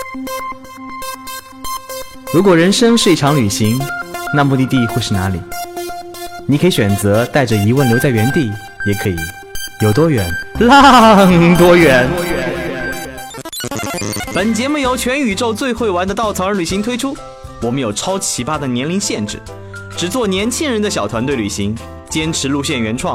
如果人生是一场旅行，那目的地会是哪里？你可以选择带着疑问留在原地，也可以有多远浪多远。本节目由全宇宙最会玩的稻草人旅行推出，我们有超奇葩的年龄限制，只做年轻人的小团队旅行，坚持路线原创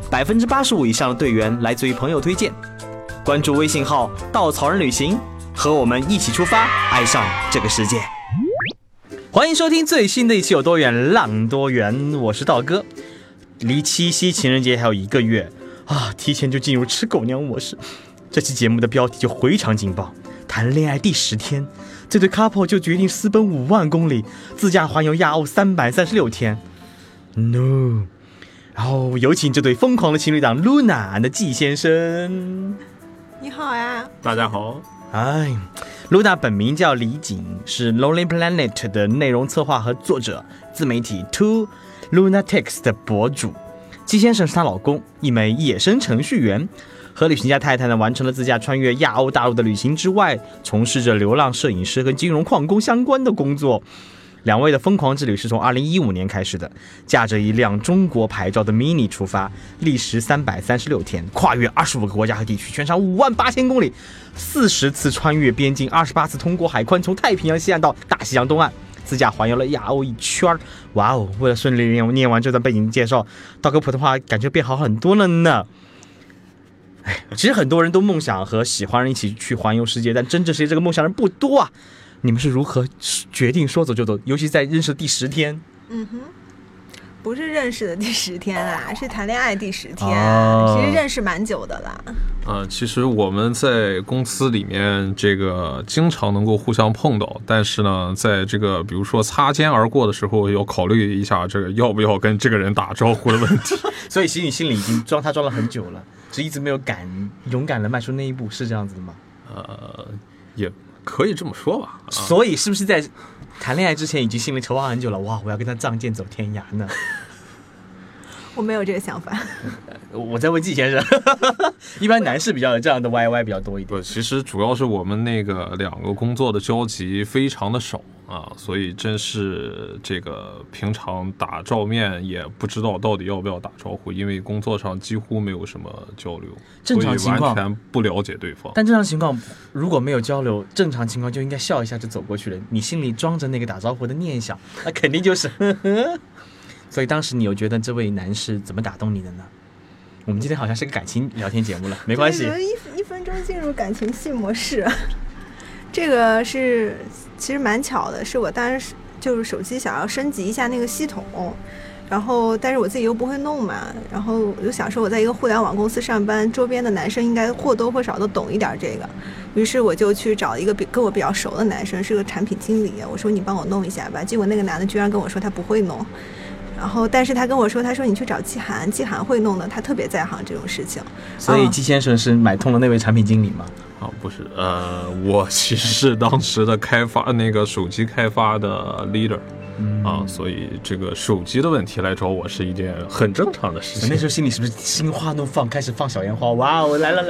，85%以上的队员来自于朋友推荐。关注微信号稻草人旅行，和我们一起出发，爱上这个世界。欢迎收听最新的一期有多远浪多远，我是道哥。离七夕情人节还有1个月啊，提前就进入吃狗娘模式。这期节目的标题就非常劲爆，谈恋爱第10天，这对 couple 就决定私奔5万公里，自驾环游亚欧336天。No， 然后有请这对疯狂的情侣档 Luna 的季先生。 你好呀。 大家好。 哎，Luna 本名叫李锦，是 Lonely Planet 的内容策划和作者，自媒体 Two Lunatics 的博主。季先生是她老公，一枚野生程序员。和旅行家太太呢，完成了自驾穿越亚欧大陆的旅行之外，从事着流浪摄影师和金融矿工相关的工作。两位的疯狂之旅是从2015年开始的，驾着一辆中国牌照的 Mini 出发，历时336天，跨越25个国家和地区，全长58000公里，40次穿越边境，28次通过海关，从太平洋西岸到大西洋东岸，自驾环游了亚欧一圈。哇哦！为了顺利念完这段背景介绍，道哥普通话感觉变好很多了呢。其实很多人都梦想和喜欢人一起去环游世界，但真正实现这个梦想人不多啊。你们是如何决定说走就走，尤其在认识的第10天？ 不是认识的第10天啦，是谈恋爱第10天。其实认识蛮久的啦。 其实我们在公司里面这个经常能够互相碰到，但是呢，在这个比如说擦肩而过的时候，要考虑一下这个要不要跟这个人打招呼的问题。 所以其实你心里已经装他装了很久了，只一直没有勇敢的迈出那一步，是这样子的吗？ 也可以这么说吧。 所以是不是在谈恋爱之前已经心里筹划很久了？哇，我要跟他仗剑走天涯呢？ 我没有这个想法。 我在问季先生。一般男士比较有这样的 YY 比较多一点。 其实主要是我们那个2个工作的交集非常的少啊，所以真是这个平常打照面也不知道到底要不要打招呼，因为工作上几乎没有什么交流， 正常情况所以完全不了解对方。 但正常情况如果没有交流，正常情况就应该笑一下就走过去了，你心里装着那个打招呼的念想，那肯定就是呵呵。所以当时你有觉得这位男士怎么打动你的呢？我们今天好像是个感情聊天节目了，没关系。 一分钟进入感情戏模式。这个是其实蛮巧的，是我当时就是手机想要升级一下那个系统，然后但是我自己又不会弄嘛，然后我就想说我在一个互联网公司上班，周边的男生应该或多或少都懂一点这个，于是我就去找一个跟我比较熟的男生，是个产品经理，我说你帮我弄一下吧，结果那个男的居然跟我说他不会弄。然后但是他跟我说，他说你去找季涵会弄的，他特别在行这种事情。 所以季先生是买通了那位产品经理吗？ 不是，我其实是当时的那个手机开发的 leader。所以这个手机的问题来找我是一件很正常的事情。 那时候心里是不是心花怒放，开始放小烟花？哇，我来了。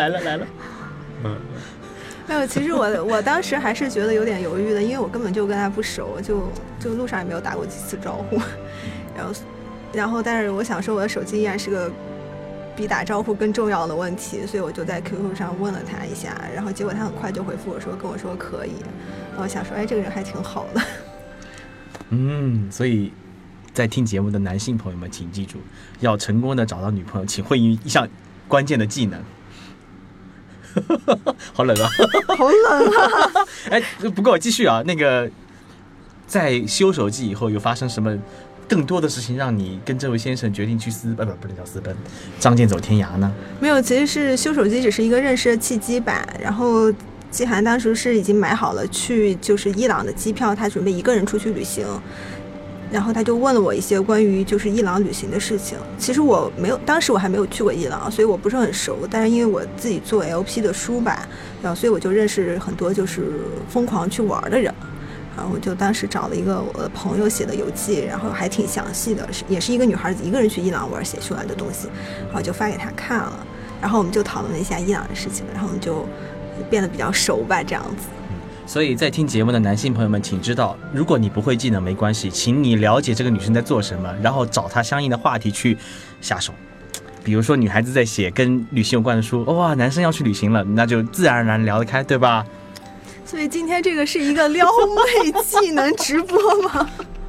没有，其实我当时还是觉得有点犹豫的，因为我根本就跟他不熟，就路上也没有打过几次招呼。然后但是我想说我的手机依然是个比打招呼更重要的问题，所以我就在 QQ 上问了他一下，然后结果他很快就回复我说，跟我说可以。我想说这个人还挺好的。 所以在听节目的男性朋友们请记住，要成功的找到女朋友，请会一项关键的技能。好冷啊。 好冷啊。 不过继续啊，那个在修手机以后有发生什么更多的事情让你跟这位先生决定去不能叫私奔，仗剑走天涯呢？没有，其实是修手机只是一个认识的契机吧。然后季涵当时是已经买好了去就是伊朗的机票，他准备一个人出去旅行，然后他就问了我一些关于就是伊朗旅行的事情。其实当时我还没有去过伊朗，所以我不是很熟，但是因为我自己做 LP 的书吧，然后所以我就认识很多就是疯狂去玩的人。然后我就当时找了一个我的朋友写的游记，然后还挺详细的，也是一个女孩子一个人去伊朗玩写出来的东西，然后就发给她看了，然后我们就讨论了一下伊朗的事情，然后我们就变得比较熟吧，这样子。 所以在听节目的男性朋友们，请知道，如果你不会技能没关系，请你了解这个女生在做什么，然后找她相应的话题去下手。比如说女孩子在写跟旅行有关的书，哇，男生要去旅行了，那就自然而然聊得开，对吧？ 所以今天这个是一个撩妹技能直播吗？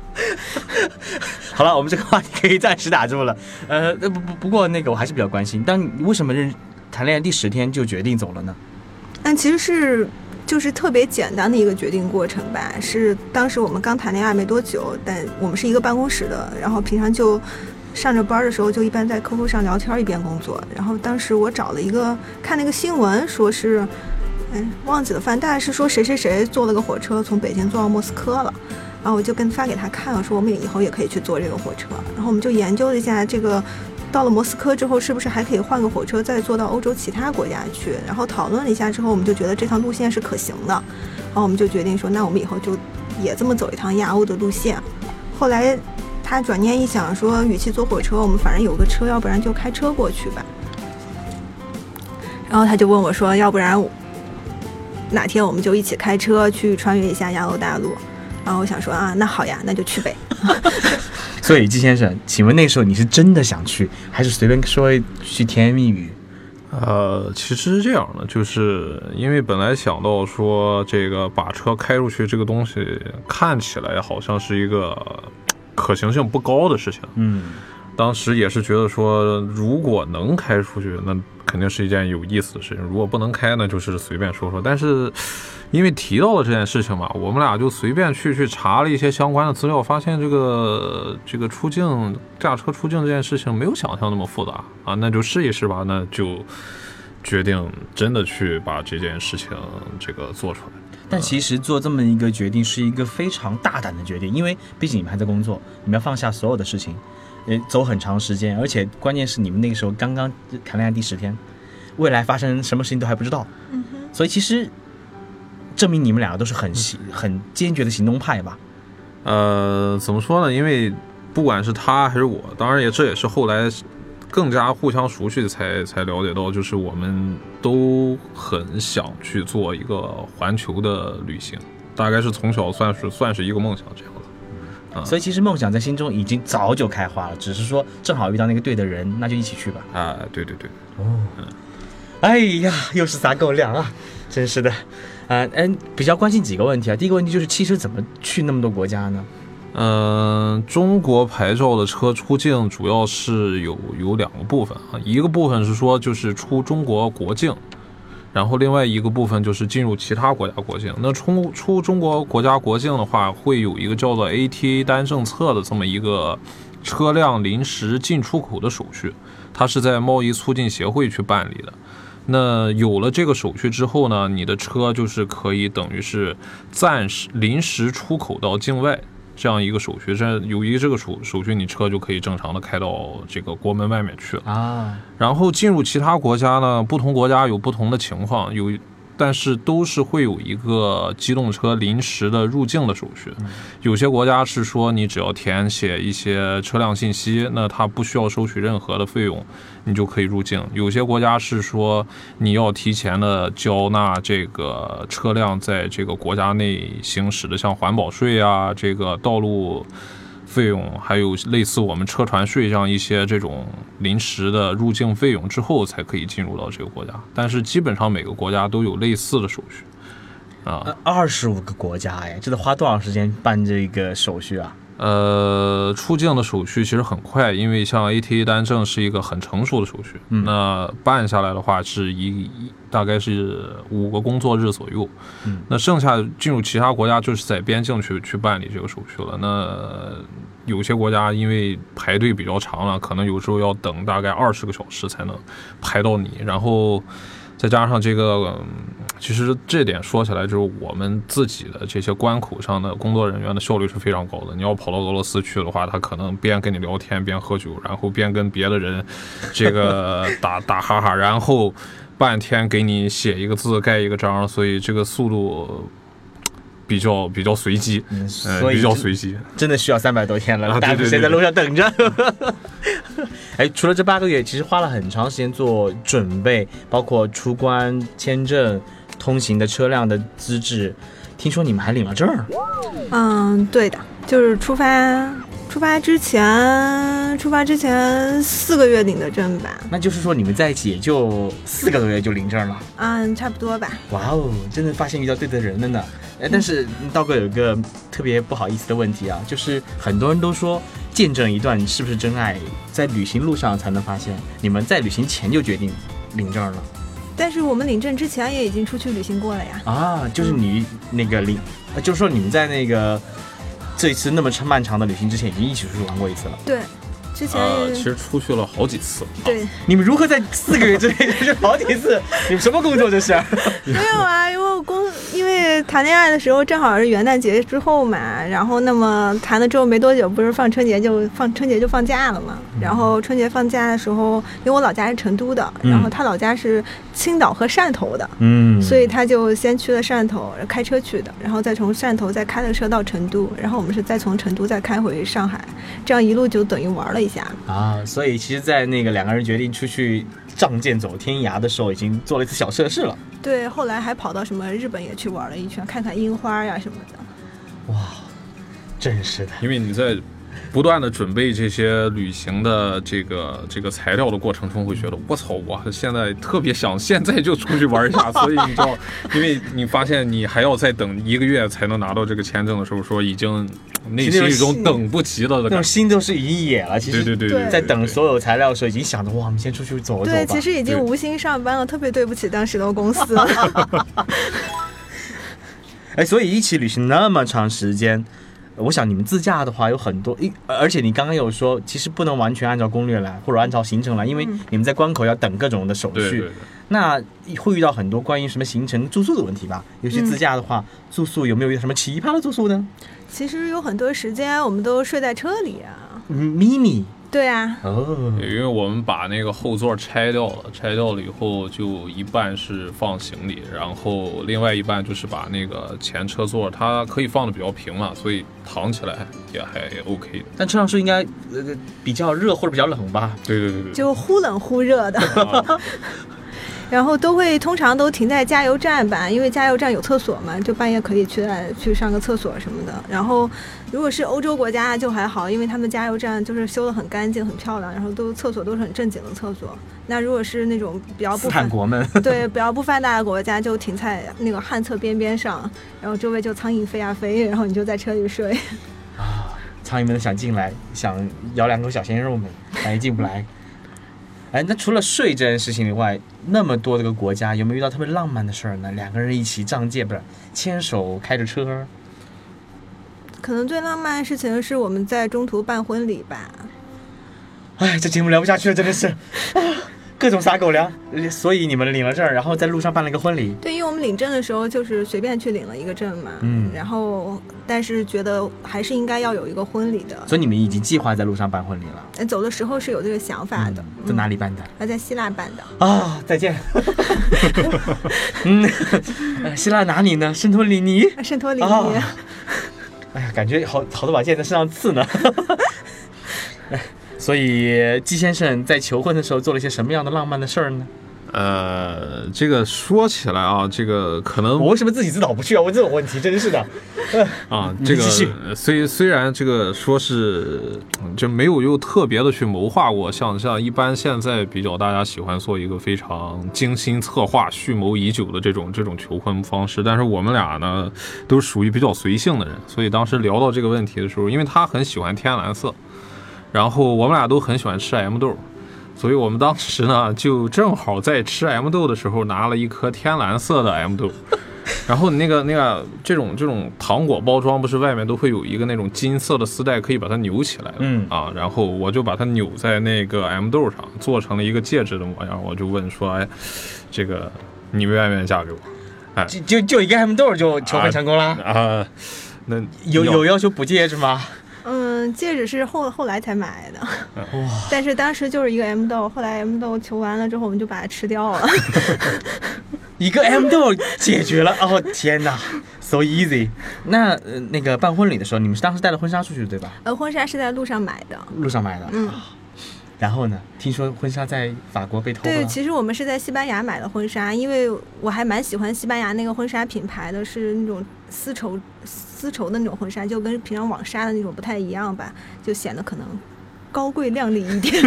好了，我们这个话题可以暂时打住了。不过那个我还是比较关心，当你为什么谈恋爱第10天就决定走了呢？ 其实是就是特别简单的一个决定过程吧。是当时我们刚谈恋爱没多久，但我们是一个办公室的，然后平常就上着班的时候就一般在 QQ 上聊天一边工作。然后当时我找了一个看那个新闻，说是忘记了，反正大概是说谁谁谁坐了个火车从北京坐到莫斯科了。然后我就发给他看了，说我们以后也可以去坐这个火车。然后我们就研究了一下这个到了莫斯科之后是不是还可以换个火车再坐到欧洲其他国家去。然后讨论了一下之后，我们就觉得这趟路线是可行的。然后我们就决定说，那我们以后就也这么走一趟亚欧的路线。后来他转念一想说，与其坐火车，我们反正有个车，要不然就开车过去吧。然后他就问我说，要不然哪天我们就一起开车去穿越一下亚欧大陆。然后我想说那好呀，那就去呗。 所以季先生，请问那时候你是真的想去，还是随便说一句甜言蜜语？ 其实是这样的，就是因为本来想到说这个把车开出去这个东西看起来好像是一个可行性不高的事情。当时也是觉得说，如果能开出去，那肯定是一件有意思的事情；如果不能开呢，就是随便说说。但是因为提到了这件事情嘛，我们俩就随便去查了一些相关的资料，发现这个出境驾车出境这件事情没有想象那么复杂啊，那就试一试吧。那就决定真的去把这件事情这个做出来。 但其实做这么一个决定是一个非常大胆的决定，因为毕竟你们还在工作，你们要放下所有的事情，走很长时间，而且关键是你们那个时候刚刚谈恋爱第10天，未来发生什么事情都还不知道。所以其实证明你们两个都是很坚决的行动派吧。 怎么说呢？因为不管是他还是我，当然这也是后来更加互相熟悉才了解到，就是我们都很想去做一个环球的旅行，大概是从小算是一个梦想这样的。 所以其实梦想在心中已经早就开花了，只是说正好遇到那个对的人，那就一起去吧。 对。 哎呀，又是撒狗粮啊，真是的。比较关心几个问题啊。第一个问题就是汽车怎么去那么多国家呢？ 中国牌照的车出境主要是有2个部分啊，一个部分是说就是出中国国境，然后另外一个部分就是进入其他国家国境。那出中国国家国境的话，会有一个叫做 ATA 单政策的这么一个车辆临时进出口的手续，它是在贸易促进协会去办理的。那有了这个手续之后呢，你的车就是可以等于是临时出口到境外这样一个手续，由于这个手续，你车就可以正常的开到这个国门外面去了。然后进入其他国家呢，不同国家有不同的情况，但是都是会有一个机动车临时的入境的手续。有些国家是说你只要填写一些车辆信息，那它不需要收取任何的费用，你就可以入境。有些国家是说你要提前的交纳这个车辆在这个国家内行驶的，像环保税啊，这个道路费用，还有类似我们车船税这样一些这种临时的入境费用之后才可以进入到这个国家。但是基本上每个国家都有类似的手续 25个国家哎，这得花多长时间办这个手续啊？ 出境的手续其实很快，因为像 ATA 单证是一个很成熟的手续，那办下来的话是大概是5个工作日左右。那剩下进入其他国家就是在边境去办理这个手续了。那有些国家因为排队比较长了，可能有时候要等大概20个小时才能排到你，然后再加上这个，其实这点说起来，就是我们自己的这些关口上的工作人员的效率是非常高的。你要跑到俄罗斯去的话，他可能边跟你聊天边喝酒，然后边跟别的人这个打哈哈，然后半天给你写一个字盖一个章，所以这个速度比较随机，比较随机， 真的需要300多天了。大夫谁在路上等着？除了这8个月，其实花了很长时间做准备，包括出关、签证、通行的车辆的资质， 听说你们还领了证儿。 对的，就是出发之前4个月领的证吧。 那就是说你们在一起也就4个多月就领证了。 差不多吧。 哇哦，真的发现遇到对的人了呢。但是道哥有一个特别不好意思的问题啊，就是很多人都说见证一段是不是真爱，在旅行路上才能发现。你们在旅行前就决定领证了？ 但是我们领证之前也已经出去旅行过了呀。 啊，就是你那个就是说你们在那个这一次那么漫长的旅行之前已经一起出去玩过一次了。 对，之前其实出去了好几次。 对， 你们如何在4个月之内就好几次？你们什么工作这是？ 没有啊，因为谈恋爱的时候正好是元旦节之后嘛，然后那么谈了之后没多久，不是春节就放假了嘛。然后春节放假的时候，因为我老家是成都的，然后他老家是青岛和汕头的，所以他就先去了汕头，开车去的，然后再从汕头再开了车到成都，然后我们是再从成都再开回上海，这样一路就等于玩了一下啊。所以其实，在那个2个人决定出去仗剑走天涯的时候，已经做了一次小测试了。 对，后来还跑到什么日本也去玩了一圈，看看樱花呀什么的。 哇，真是的！ 因为你在不断的准备这些旅行的这个材料的过程中，会觉得我操，我现在特别想现在就出去玩一下。所以你知道，因为你发现你还要再等1个月才能拿到这个签证的时候，说已经内心有一种等不及了的感觉， 那种心都是已经野了。其实对， 在等所有材料的时候，已经想着哇，我们先出去走一走吧。 对，其实已经无心上班了，特别对不起当时的公司。 所以一起旅行那么长时间，我想你们自驾的话有很多，而且你刚刚有说，其实不能完全按照攻略来，或者按照行程来，因为你们在关口要等各种的手续。 对， 那会遇到很多关于什么行程、住宿的问题吧？尤其自驾的话，住宿有没有遇到什么奇葩的住宿呢？ 其实有很多时间我们都睡在车里啊。 mini。 对啊， 因为我们把那个后座拆掉了以后，就一半是放行李，然后另外一半就是把那个前车座它可以放的比较平嘛，所以躺起来也还 OK 的。 但车上是应该比较热或者比较冷吧？ 对， 就忽冷忽热的。然后通常都停在加油站吧，因为加油站有厕所嘛，就半夜可以去上个厕所什么的。然后如果是欧洲国家就还好，因为他们加油站就是修得很干净很漂亮，然后厕所都是很正经的厕所。那如果是那种比较不发达的国家，就停在那个旱厕边上，然后周围就苍蝇飞啊飞，然后你就在车里睡。 苍蝇们想进来，想咬2口小鲜肉们，但也进不来。那除了睡这件事情以外，那么多这个国家，有没有遇到特别浪漫的事儿呢？2个人一起牵手开着车。 可能最浪漫的事情是我们在中途办婚礼吧。 这节目聊不下去了，真的是。各种撒狗粮。所以你们领了证，然后在路上办了一个婚礼。 对，因为我们领证的时候就是随便去领了一个证嘛，然后但是觉得还是应该要有一个婚礼的。 所以你们已经计划在路上办婚礼了？ 走的时候是有这个想法的。 在哪里办的？ 在希腊办的。 再见。希腊哪里呢？圣托里尼。 圣托里尼。 感觉好多把剑在身上刺呢。所以季先生在求婚的时候做了一些什么样的浪漫的事儿呢？ 这个说起来啊，这个可能我为什么自己自导不去啊？问这种问题真是的。 这个虽然这个说是就没有又特别的去谋划过，像一般现在比较大家喜欢做一个非常精心策划、蓄谋已久的这种求婚方式，但是我们俩呢都是属于比较随性的人，所以当时聊到这个问题的时候，因为他很喜欢天蓝色，然后我们俩都很喜欢吃 M 豆。所以我们当时呢，就正好在吃 M 豆的时候拿了一颗天蓝色的 M 豆，然后那个这种糖果包装不是外面都会有一个那种金色的丝带可以把它扭起来的，然后我就把它扭在那个 M 豆上，做成了一个戒指的模样。我就问说，这个你愿不愿意嫁给我？ 就一个 M 豆就求婚成功了那有要求补戒指吗？ 戒指是后来才买的，但是当时就是一个 M 豆，后来 M 豆求完了之后，我们就把它吃掉了。 一个 M 豆解决了，天哪 ，so easy。那个办婚礼的时候，你们当时带了婚纱出去对吧？ 婚纱是在路上买的。 路上买的， 然后呢？听说婚纱在法国被偷了。 对，其实我们是在西班牙买的婚纱，因为我还蛮喜欢西班牙那个婚纱品牌的，是那种丝绸的那种婚纱，就跟平常网纱的那种不太一样吧，就显得可能高贵亮丽一点。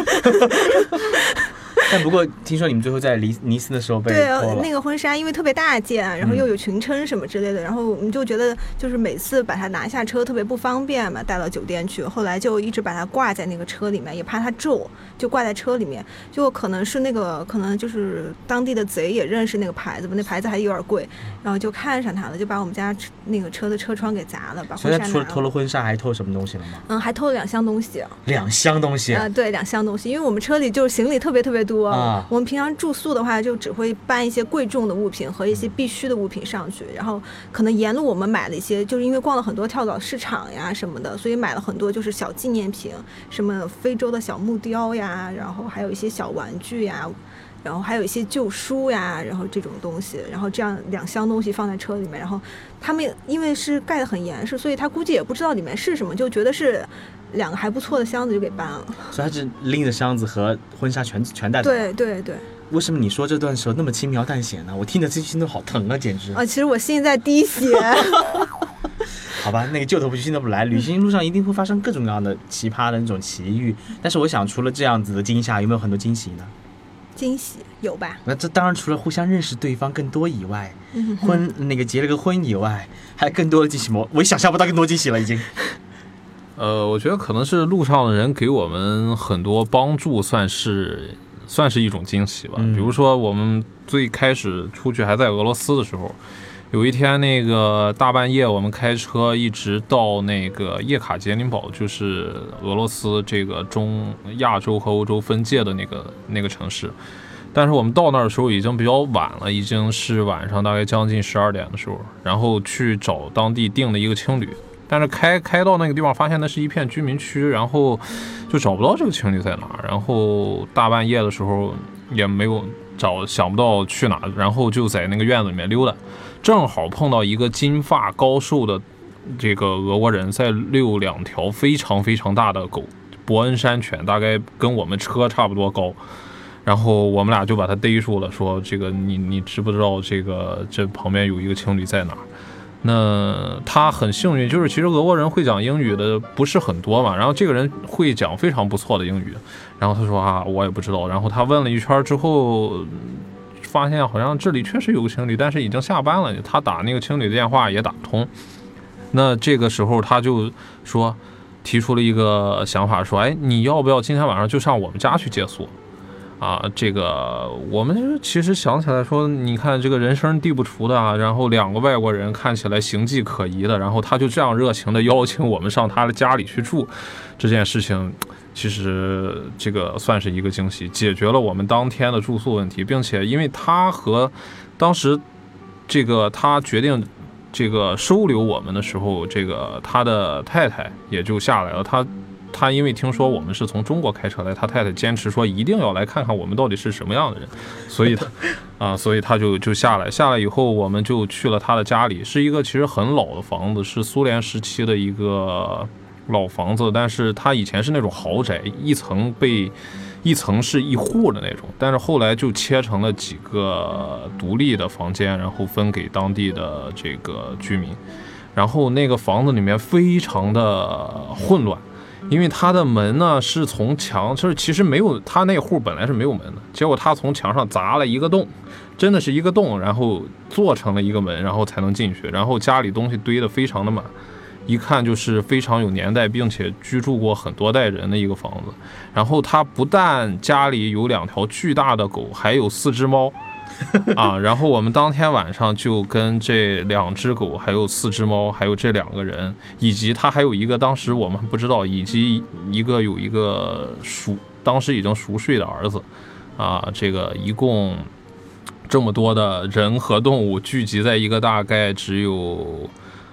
但不过听说你们最后在尼斯的时候被偷了。 对，那个婚纱因为特别大件，然后又有裙撑什么之类的，然后我们就觉得就是每次把它拿下车特别不方便嘛，带到酒店去，后来就一直把它挂在那个车里面，也怕它皱，就挂在车里面，就可能就是当地的贼也认识那个牌子吧，那牌子还有点贵，然后就看上它了，就把我们家那个车的车窗给砸了，把婚纱拿了。 所以他除了偷了婚纱还偷什么东西了吗？ 还偷了2箱东西。 2箱东西对，2箱东西，因为我们车里就是行李特别特别多。我们平常住宿的话就只会搬一些贵重的物品和一些必须的物品上去，然后可能沿路我们买了一些，就是因为逛了很多跳蚤市场呀什么的，所以买了很多就是小纪念品，什么非洲的小木雕呀，然后还有一些小玩具呀，然后还有一些旧书呀，然后这种东西，然后这样2箱东西放在车里面，然后他们因为是盖得很严实，所以他估计也不知道里面是什么，就觉得是2个还不错的箱子就给搬了， 所以他是拎着箱子和婚纱全带走。 对。 为什么你说这段时候那么轻描淡写呢？我听着心都好疼啊，简直。 其实我心在滴血。 好吧，那个旧头不去心头不来，旅行路上一定会发生各种各样的奇葩的那种奇遇。但是我想，除了这样子的惊吓，有没有很多惊喜呢？ 惊喜有吧？ 那这当然除了互相认识对方更多以外，结了个婚以外，还有更多的惊喜吗？我想象不到更多惊喜了，已经。 我觉得可能是路上的人给我们很多帮助，算是一种惊喜吧。比如说我们最开始出去还在俄罗斯的时候，有一天那个大半夜我们开车一直到那个叶卡捷琳堡，就是俄罗斯这个中亚洲和欧洲分界的那个城市。但是我们到那儿的时候已经比较晚了，已经是晚上大概将近12点的时候，然后去找当地订了一个青旅。但是开到那个地方，发现那是一片居民区，然后就找不到这个青旅在哪，然后大半夜的时候也没有想不到去哪，然后就在那个院子里面溜达，正好碰到一个金发高瘦的这个俄国人在遛2条非常非常大的狗，伯恩山犬，大概跟我们车差不多高。然后我们俩就把他逮住了，说这个你知不知道这旁边有一个青旅在哪？那他很幸运，就是其实俄国人会讲英语的不是很多嘛，然后这个人会讲非常不错的英语，然后他说我也不知道，然后他问了一圈之后，发现好像这里确实有个青旅，但是已经下班了，他打那个青旅的电话也打不通。那这个时候他就提出了一个想法，说你要不要今天晚上就上我们家去借宿？这个我们其实想起来说，你看这个人生地不熟的然后2个外国人看起来形迹可疑的，然后他就这样热情的邀请我们上他的家里去住，这件事情其实这个算是一个惊喜，解决了我们当天的住宿问题，并且因为他和当时这个他决定这个收留我们的时候，这个他的太太也就下来了，他因为听说我们是从中国开车来，他太太坚持说一定要来看看我们到底是什么样的人，所以他就下来以后，我们就去了他的家里，是一个其实很老的房子，是苏联时期的一个老房子，但是他以前是那种豪宅，一层是一户的那种，但是后来就切成了几个独立的房间，然后分给当地的这个居民。然后那个房子里面非常的混乱，因为他的门呢是从墙，就是其实没有，他那户本来是没有门的，结果他从墙上砸了一个洞，真的是一个洞，然后做成了一个门，然后才能进去。然后家里东西堆得非常的满，一看就是非常有年代，并且居住过很多代人的一个房子。然后他不但家里有2条巨大的狗，还有4只猫然后我们当天晚上就跟这2只狗还有4只猫还有这2个人，以及他还有一个当时我们不知道，以及有一个当时已经熟睡的儿子这个一共这么多的人和动物聚集在一个大概只有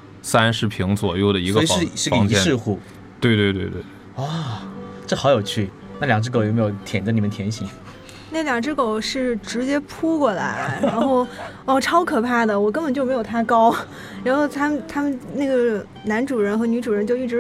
30平左右的一个房间， 所以是个仪式户。 对这好有趣。那2只狗有没有舔着你们舔醒？ 那2只狗是直接扑过来，然后超可怕的，我根本就没有它高。然后他们那个男主人和女主人就一直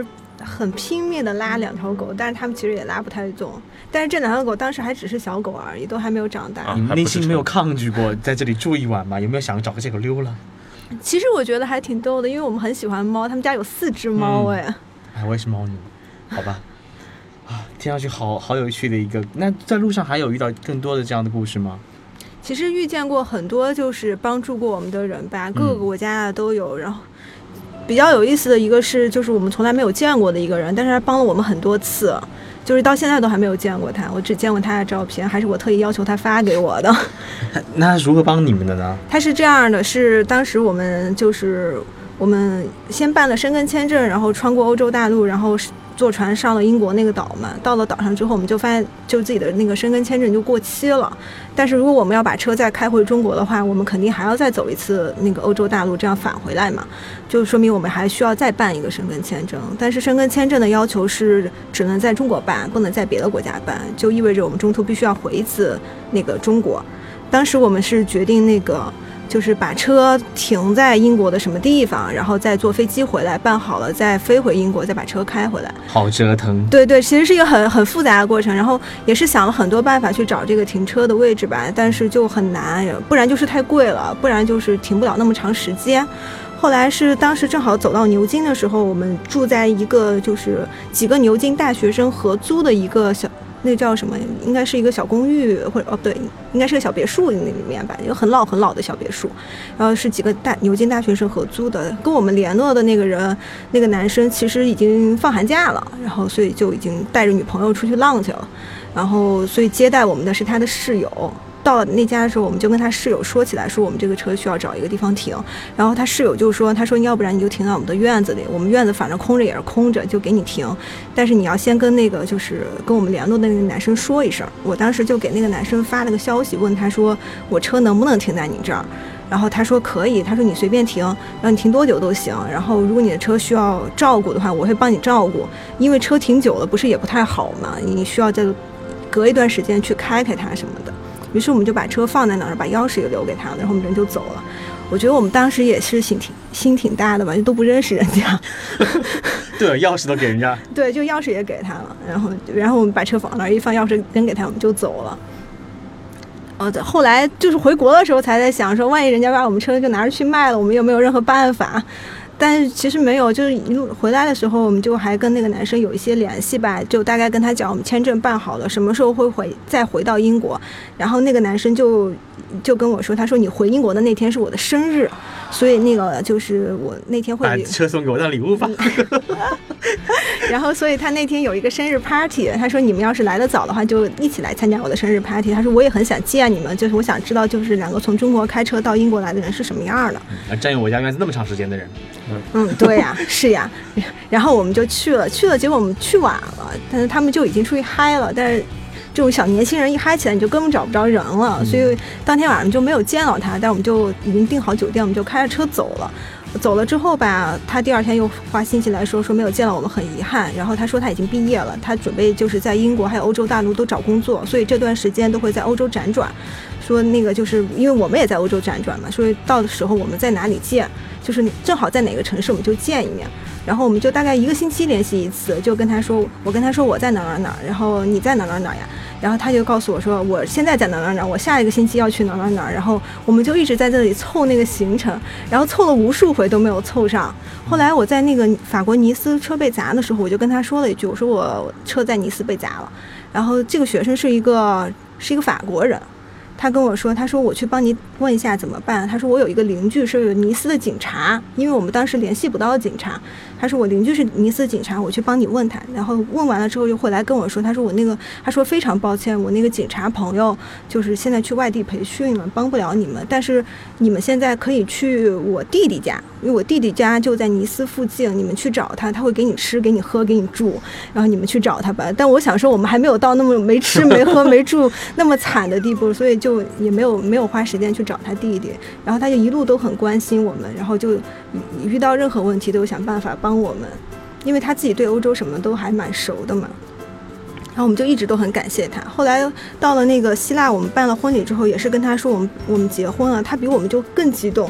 很拼命的拉2条狗，但是他们其实也拉不太动。但是这2条狗当时还只是小狗而已，都还没有长大。 你们内心没有抗拒过在这里住一晚吗？有没有想找个借口溜了？ 其实我觉得还挺逗的，因为我们很喜欢猫，他们家有4只猫哎。 我也是猫女，好吧。听上去好有趣的一个。那在路上还有遇到更多的这样的故事吗？ 其实遇见过很多就是帮助过我们的人吧，各个国家的都有。然后比较有意思的一个是，就是我们从来没有见过的一个人，但是他帮了我们很多次，就是到现在都还没有见过他，我只见过他的照片，还是我特意要求他发给我的。 那他如何帮你们的呢？ 他是这样的，是当时我们先办了申根签证，然后穿过欧洲大陆，然后坐船上了英国那个岛嘛。到了岛上之后，我们就发现就自己的那个申根签证就过期了。但是如果我们要把车再开回中国的话，我们肯定还要再走一次那个欧洲大陆，这样返回来嘛，就说明我们还需要再办一个申根签证。但是申根签证的要求是只能在中国办，不能在别的国家办，就意味着我们中途必须要回一次那个中国。当时我们是决定那个就是把车停在英国的什么地方，然后再坐飞机回来，办好了再飞回英国，再把车开回来。 好折腾。 对，其实是一个很复杂的过程，然后也是想了很多办法去找这个停车的位置吧，但是就很难，不然就是太贵了，不然就是停不了那么长时间。后来是当时正好走到牛津的时候，我们住在一个就是几个牛津大学生合租的一个那叫什么？应该是一个小公寓，或者对，应该是个小别墅那里面吧，一个很老的小别墅。然后是几个牛津大学生合租的。跟我们联络的那个人，那个男生其实已经放寒假了，然后所以就已经带着女朋友出去浪去了。然后所以接待我们的是他的室友。到了那家的时候，我们就跟他室友说起来，说我们这个车需要找一个地方停。然后他室友就说，他说要不然你就停到我们的院子里，我们院子反正空着也是空着，就给你停。但是你要先跟那个就是跟我们联络的那个男生说一声。我当时就给那个男生发了个消息，问他说我车能不能停在你这儿。然后他说可以，他说你随便停，然后你停多久都行。然后如果你的车需要照顾的话，我会帮你照顾，因为车停久了不是也不太好嘛，你需要再隔一段时间去开它什么的。于是我们就把车放在那儿，把钥匙也留给他了，然后我们人就走了。我觉得我们当时也是心挺大的吧，就都不认识人家。 对，钥匙都给人家。 对，就钥匙也给他了，然后我们把车放那儿，一放钥匙扔给他，我们就走了。后来就是回国的时候才在想说，万一人家把我们车就拿着去卖了，我们有没有任何办法？但是其实没有，就是一路回来的时候，我们就还跟那个男生有一些联系吧，就大概跟他讲我们签证办好了，什么时候会再回到英国。然后那个男生就跟我说，他说你回英国的那天是我的生日，所以那个就是我那天会把车送给我当礼物吧。 然后所以他那天有一个生日 party， 他说你们要是来得早的话，就一起来参加我的生日 party。他说我也很想见你们，就是我想知道就是2个从中国开车到英国来的人是什么样的。 占用我家院子那么长时间的人。 对呀，是呀。然后我们就去了，结果我们去晚了，但是他们就已经出去嗨了。但是这种小年轻人一嗨起来，你就根本找不着人了，所以当天晚上就没有见到他。但我们就已经订好酒店，我们就开着车走了。走了之后吧，他第2天又发信息来说没有见到我们，很遗憾。然后他说他已经毕业了，他准备就是在英国还有欧洲大陆都找工作，所以这段时间都会在欧洲辗转。说那个就是因为我们也在欧洲辗转嘛，所以到的时候我们在哪里见，就是正好在哪个城市我们就见一面。然后我们就大概1个星期联系一次，就跟他说，我跟他说我在哪儿，然后你在哪儿呀。然后他就告诉我说我现在在哪儿，我下一个星期要去哪儿。然后我们就一直在这里凑那个行程，然后凑了无数回都没有凑上。后来我在那个法国尼斯车被砸的时候，我就跟他说了一句，我说我车在尼斯被砸了。然后这个学生是一个法国人，他跟我说，他说我去帮你问一下怎么办。他说我有一个邻居是尼斯的警察，因为我们当时联系不到警察。他说我邻居是尼斯警察，我去帮你问他。然后问完了之后又会来跟我说，他说非常抱歉，我那个警察朋友就是现在去外地培训了，帮不了你们，但是你们现在可以去我弟弟家，因为我弟弟家就在尼斯附近，你们去找他，他会给你吃给你喝给你住，然后你们去找他吧。但我想说我们还没有到那么没吃没喝没住那么惨的地步，所以就也没有花时间去找他弟弟。然后他就一路都很关心我们，然后就遇到任何问题都有想办法帮我们，因为他自己对欧洲什么都还蛮熟的嘛。然后我们就一直都很感谢他。后来到了那个希腊，我们办了婚礼之后，也是跟他说我们结婚了，他比我们就更激动。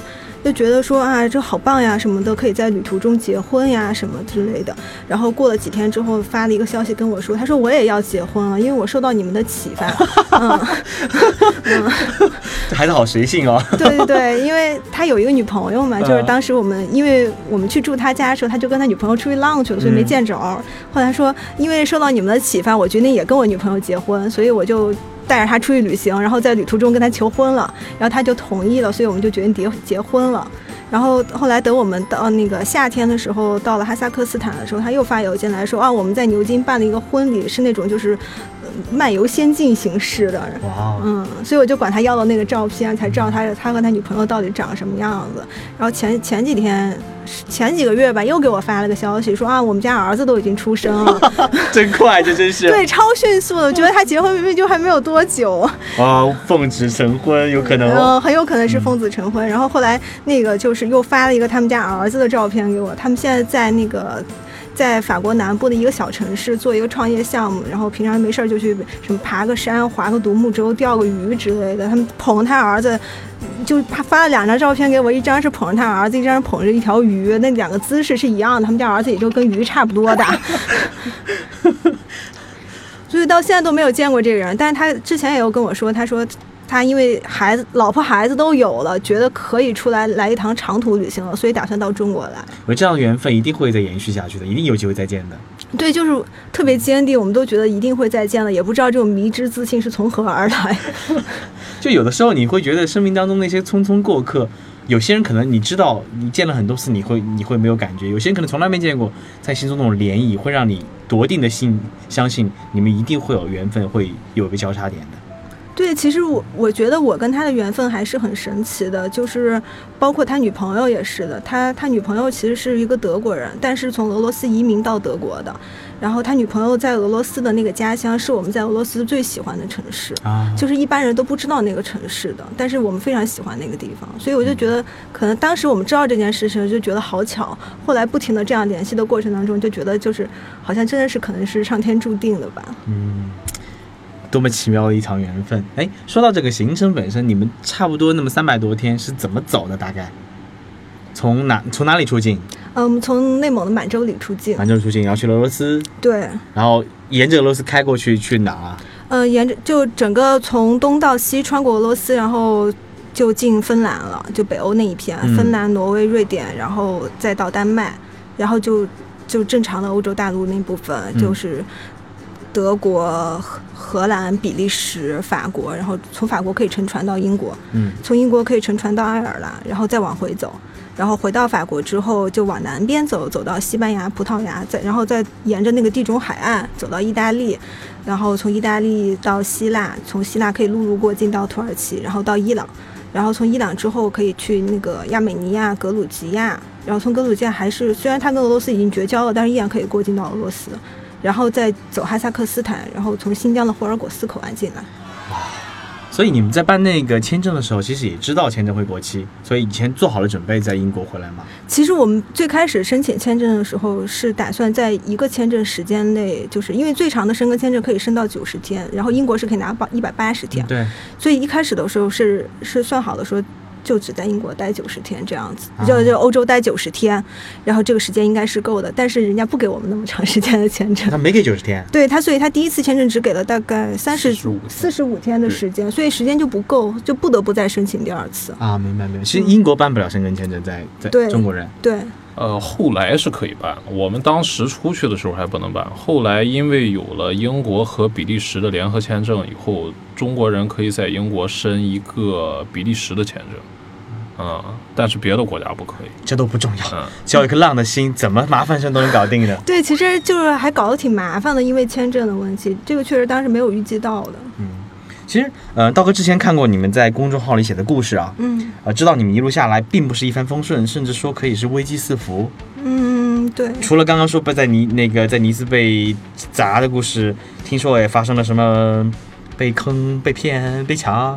就觉得说啊，这好棒呀什么的，可以在旅途中结婚呀什么之类的。然后过了几天之后，发了一个消息跟我说，他说我也要结婚了，因为我受到你们的启发。 这孩子好随性哦。 对对对，因为他有一个女朋友嘛，就是当时因为我们去住他家的时候，他就跟他女朋友出去浪去了，所以没见着。后来说，因为受到你们的启发，我决定也跟我女朋友结婚，所以我就带着他出去旅行，然后在旅途中跟他求婚了，然后他就同意了，所以我们就决定结婚了。然后后来等我们到那个夏天的时候，到了哈萨克斯坦的时候，他又发邮件来说啊，我们在牛津办了一个婚礼，是那种就是漫游仙境形式的。 哇， 所以我就管他要了那个照片，才知道他和他女朋友到底长什么样子。然后前几个月吧，又给我发了个消息说啊，我们家儿子都已经出生了。 真快，这真是对，超迅速的。我觉得他结婚明明就还没有多久。 奉子成婚有可能。 很有可能是奉子成婚。然后后来那个就是又发了一个他们家儿子的照片给我，他们现在在法国南部的一个小城市做一个创业项目，然后平常没事就去什么爬个山、划个独木舟、钓个鱼之类的。他们捧他儿子，就发了2张照片给我，一张是捧着他儿子，一张是捧着一条鱼，那2个姿势是一样的。他们家儿子也就跟鱼差不多大。所以到现在都没有见过这个人，但是他之前也有跟我说，他说他因为老婆孩子都有了，觉得可以出来一趟长途旅行了，所以打算到中国来。 我这样的缘分一定会再延续下去的，一定有机会再见的。 对，就是特别坚定，我们都觉得一定会再见了，也不知道这种迷之自信是从何而来。 就有的时候你会觉得生命当中那些匆匆过客，有些人可能你知道你见了很多次你会没有感觉，有些人可能从来没见过，在心中那种涟漪会让你笃定的相信你们一定会有缘分，会有一个交叉点的。 对，其实我觉得我跟他的缘分还是很神奇的，就是包括他女朋友也是的。他女朋友其实是一个德国人，但是从俄罗斯移民到德国的。然后他女朋友在俄罗斯的那个家乡是我们在俄罗斯最喜欢的城市，就是一般人都不知道那个城市的，但是我们非常喜欢那个地方。所以我就觉得可能当时我们知道这件事情就觉得好巧，后来不停的这样联系的过程当中就觉得就是好像真的是可能是上天注定的吧。 多么奇妙的一场缘分。说到这个行程本身，你们差不多那么300多天是怎么走的？大概从哪里出境？ 从内蒙的满洲里出境。 满洲出境，然后去俄罗斯。 对。 然后沿着俄罗斯开过去哪啊？ 沿着就整个从东到西穿过俄罗斯，然后就进芬兰了，就北欧那一片，芬兰、挪威、瑞典，然后再到丹麦，然后就正常的欧洲大陆那部分，就是德国、荷兰、比利时、法国，然后从法国可以乘船到英国，从英国可以乘船到爱尔兰，然后再往回走，然后回到法国之后就往南边走到西班牙、葡萄牙，然后再沿着那个地中海岸走到意大利，然后从意大利到希腊，从希腊可以陆路过境到土耳其，然后到伊朗，然后从伊朗之后可以去那个亚美尼亚、格鲁吉亚，然后从格鲁吉亚还是虽然它跟俄罗斯已经绝交了，但是依然可以过境到俄罗斯，然后再走哈萨克斯坦，然后从新疆的霍尔果斯口岸进来。 所以你们在办那个签证的时候，其实也知道签证会过期，所以以前做好了准备在英国回来吗？ 其实我们最开始申请签证的时候是打算在一个签证时间内，就是因为最长的申根签证可以申到90天，然后英国是可以拿180天， 对， 所以一开始的时候是算好的说就只在英国待90天这样子，就欧洲待90天，然后这个时间应该是够的，但是人家不给我们那么长时间的签证， 他没给90天， 对他，所以他第一次签证只给了大概45天的时间，所以时间就不够，就不得不再申请第二次啊。明白。其实英国办不了申根签证，在中国人对。 后来是可以办，我们当时出去的时候还不能办，后来因为有了英国和比利时的联合签证以后，中国人可以在英国申一个比利时的签证。但是别的国家不可以， 这都不重要，只要一颗浪的心，怎么麻烦事都能搞定的。 对，其实就是还搞得挺麻烦的，因为签证的问题，这个确实当时没有预计到的。 其实道哥之前看过你们在公众号里写的故事啊，知道你们一路下来并不是一帆风顺，甚至说可以是危机四伏。 对。除了刚刚说在尼斯被砸的故事，听说也发生了什么被坑、被骗、被抢。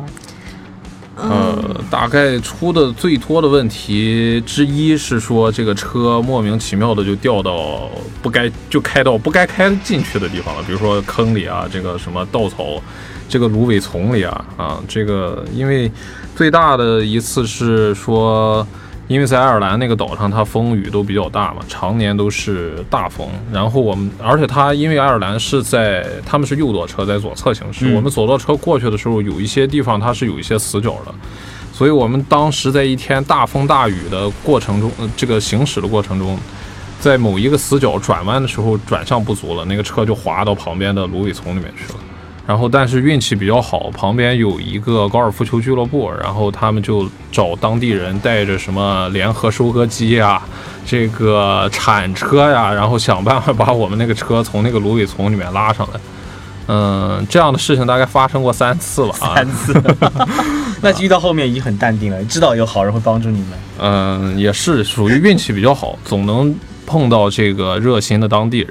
大概出的最多的问题之一是说，这个车莫名其妙的就掉到开到不该开进去的地方了，比如说坑里啊，这个什么稻草，这个芦苇丛里啊，这个因为最大的一次是说， 因为在爱尔兰那个岛上，它风雨都比较大嘛，常年都是大风。然后而且它因为爱尔兰他们是右舵车在左侧行驶，我们左舵车过去的时候，有一些地方它是有一些死角的，所以我们当时在一天大风大雨的过程中，这个行驶的过程中，在某一个死角转弯的时候转向不足了，那个车就滑到旁边的芦苇丛里面去了。然后但是运气比较好，旁边有一个高尔夫球俱乐部，然后他们就找当地人带着什么联合收割机呀，这个铲车呀，然后想办法把我们那个车从那个芦苇丛里面拉上来。这样的事情大概发生过3次了啊。 3次那遇到后面已经很淡定了，知道有好人会帮助你们。 也是属于运气比较好，总能碰到这个热心的当地人。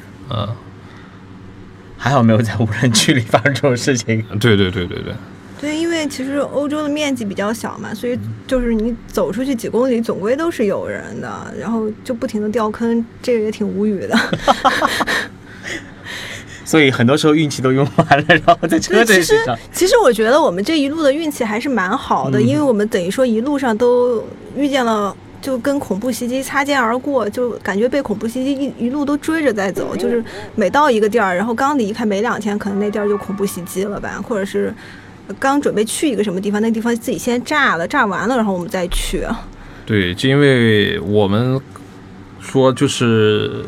还好没有在无人区里发生这种事情。 对， 对，因为其实欧洲的面积比较小嘛，所以就是你走出去几公里，总归都是有人的，然后就不停的掉坑，这个也挺无语的。 所以很多时候运气都用完了，然后在车这事上。 其实我觉得我们这一路的运气还是蛮好的，因为我们等于说一路上都遇见了。就跟恐怖袭击擦肩而过，就感觉被恐怖袭击一路都追着在走，就是每到一个地儿，然后刚离开没2天，可能那地儿就恐怖袭击了吧，或者是刚准备去一个什么地方，那地方自己先炸了，炸完了，然后我们再去。 对，就因为我们说就是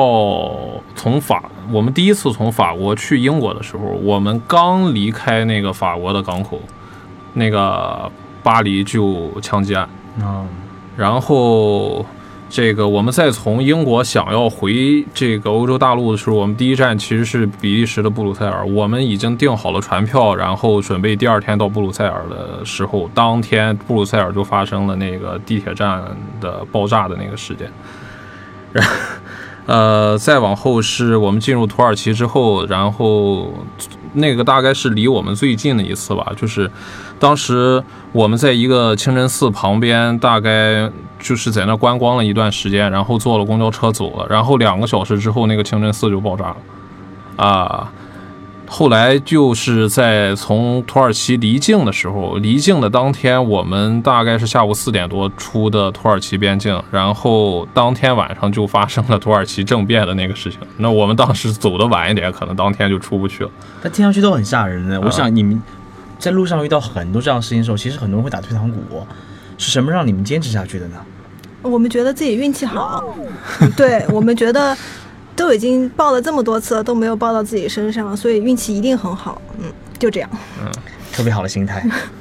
我们第一次从法国去英国的时候，我们刚离开那个法国的港口，那个巴黎就枪击案。然后这个我们再从英国想要回这个欧洲大陆的时候，我们第一站其实是比利时的布鲁塞尔，我们已经订好了船票，然后准备第2天到布鲁塞尔的时候，当天布鲁塞尔就发生了那个地铁站的爆炸的那个事件。再往后是我们进入土耳其之后，然后那个大概是离我们最近的一次吧，就是当时我们在一个清真寺旁边，大概就是在那观光了一段时间，然后坐了公交车走了，然后2个小时之后那个清真寺就爆炸了后来就是在从土耳其离境的时候，离境的当天，我们大概是下午4点多出的土耳其边境，然后当天晚上就发生了土耳其政变的那个事情。那我们当时走得晚一点，可能当天就出不去了。 但听上去都很吓人的。我想你们在路上遇到很多这样的事情的时候，其实很多人会打退堂鼓，是什么让你们坚持下去的呢？ 我们觉得自己运气好，对，我们觉得都已经报了这么多次了，都没有报到自己身上，所以运气一定很好。就这样。 特别好的心态。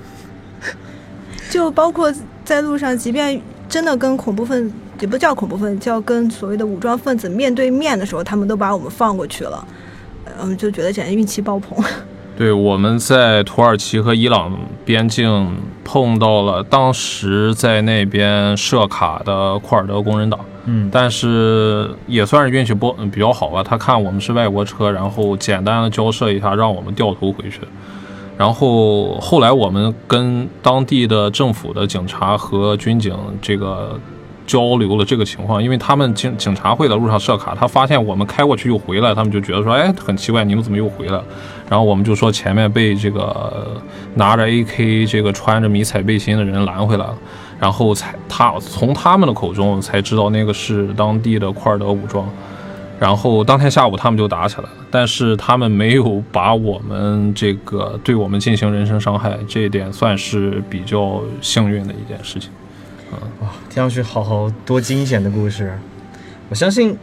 就包括在路上，即便真的跟恐怖分子，也不叫恐怖分子，叫跟所谓的武装分子面对面的时候，他们都把我们放过去了。就觉得简直运气爆棚。 对，我们在土耳其和伊朗边境碰到了当时在那边设卡的库尔德工人党，但是也算是运气比较好吧。他看我们是外国车，然后简单的交涉一下，让我们掉头回去。然后后来我们跟当地的政府的警察和军警这个交流了这个情况，因为他们警察会在路上设卡，他发现我们开过去又回来，他们就觉得说，很奇怪，你们怎么又回来？然后我们就说前面被这个拿着 AK 这个穿着迷彩背心的人拦回来了，然后从他们的口中才知道那个是当地的库尔德武装。然后当天下午他们就打起来了，但是他们没有把我们这个对我们进行人身伤害，这一点算是比较幸运的一件事情。 哇，听上去好多惊险的故事。我相信，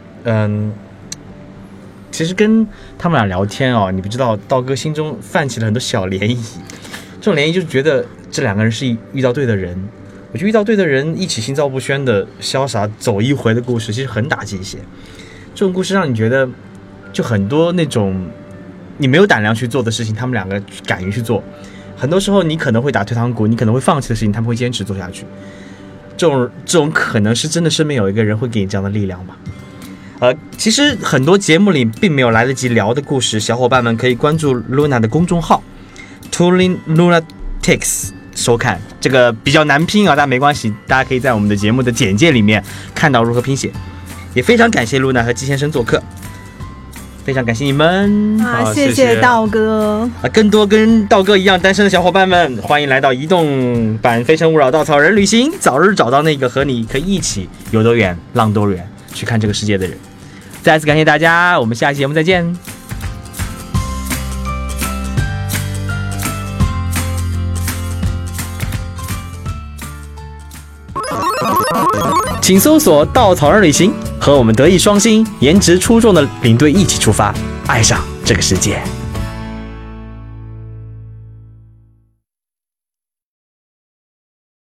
其实跟他们俩聊天你不知道道哥心中泛起了很多小涟漪。这种涟漪就是觉得这2个人是遇到对的人。我觉得遇到对的人，一起心照不宣的潇洒走一回的故事，其实很打鸡血。这种故事让你觉得，就很多那种你没有胆量去做的事情，他们2个敢于去做。很多时候你可能会打退堂鼓，你可能会放弃的事情，他们会坚持做下去。这种可能是真的身边有一个人会给你这样的力量吧。其实很多节目里并没有来得及聊的故事，小伙伴们可以关注 Luna 的公众号 Turing Lunatics 收看。这个比较难拼但没关系，大家可以在我们的节目的简介里面看到如何拼写。也非常感谢 Luna 和季先生做客。 非常感谢你们好谢谢谢道哥。 更多跟道哥一样单身的小伙伴们，欢迎来到移动版《非诚勿扰》稻草人旅行，早日找到那个和你可以一起游多远浪多远去看这个世界的人。再次感谢大家，我们下期节目再见。请搜索稻草人旅行，和我们德艺双馨、颜值出众的领队一起出发，爱上这个世界。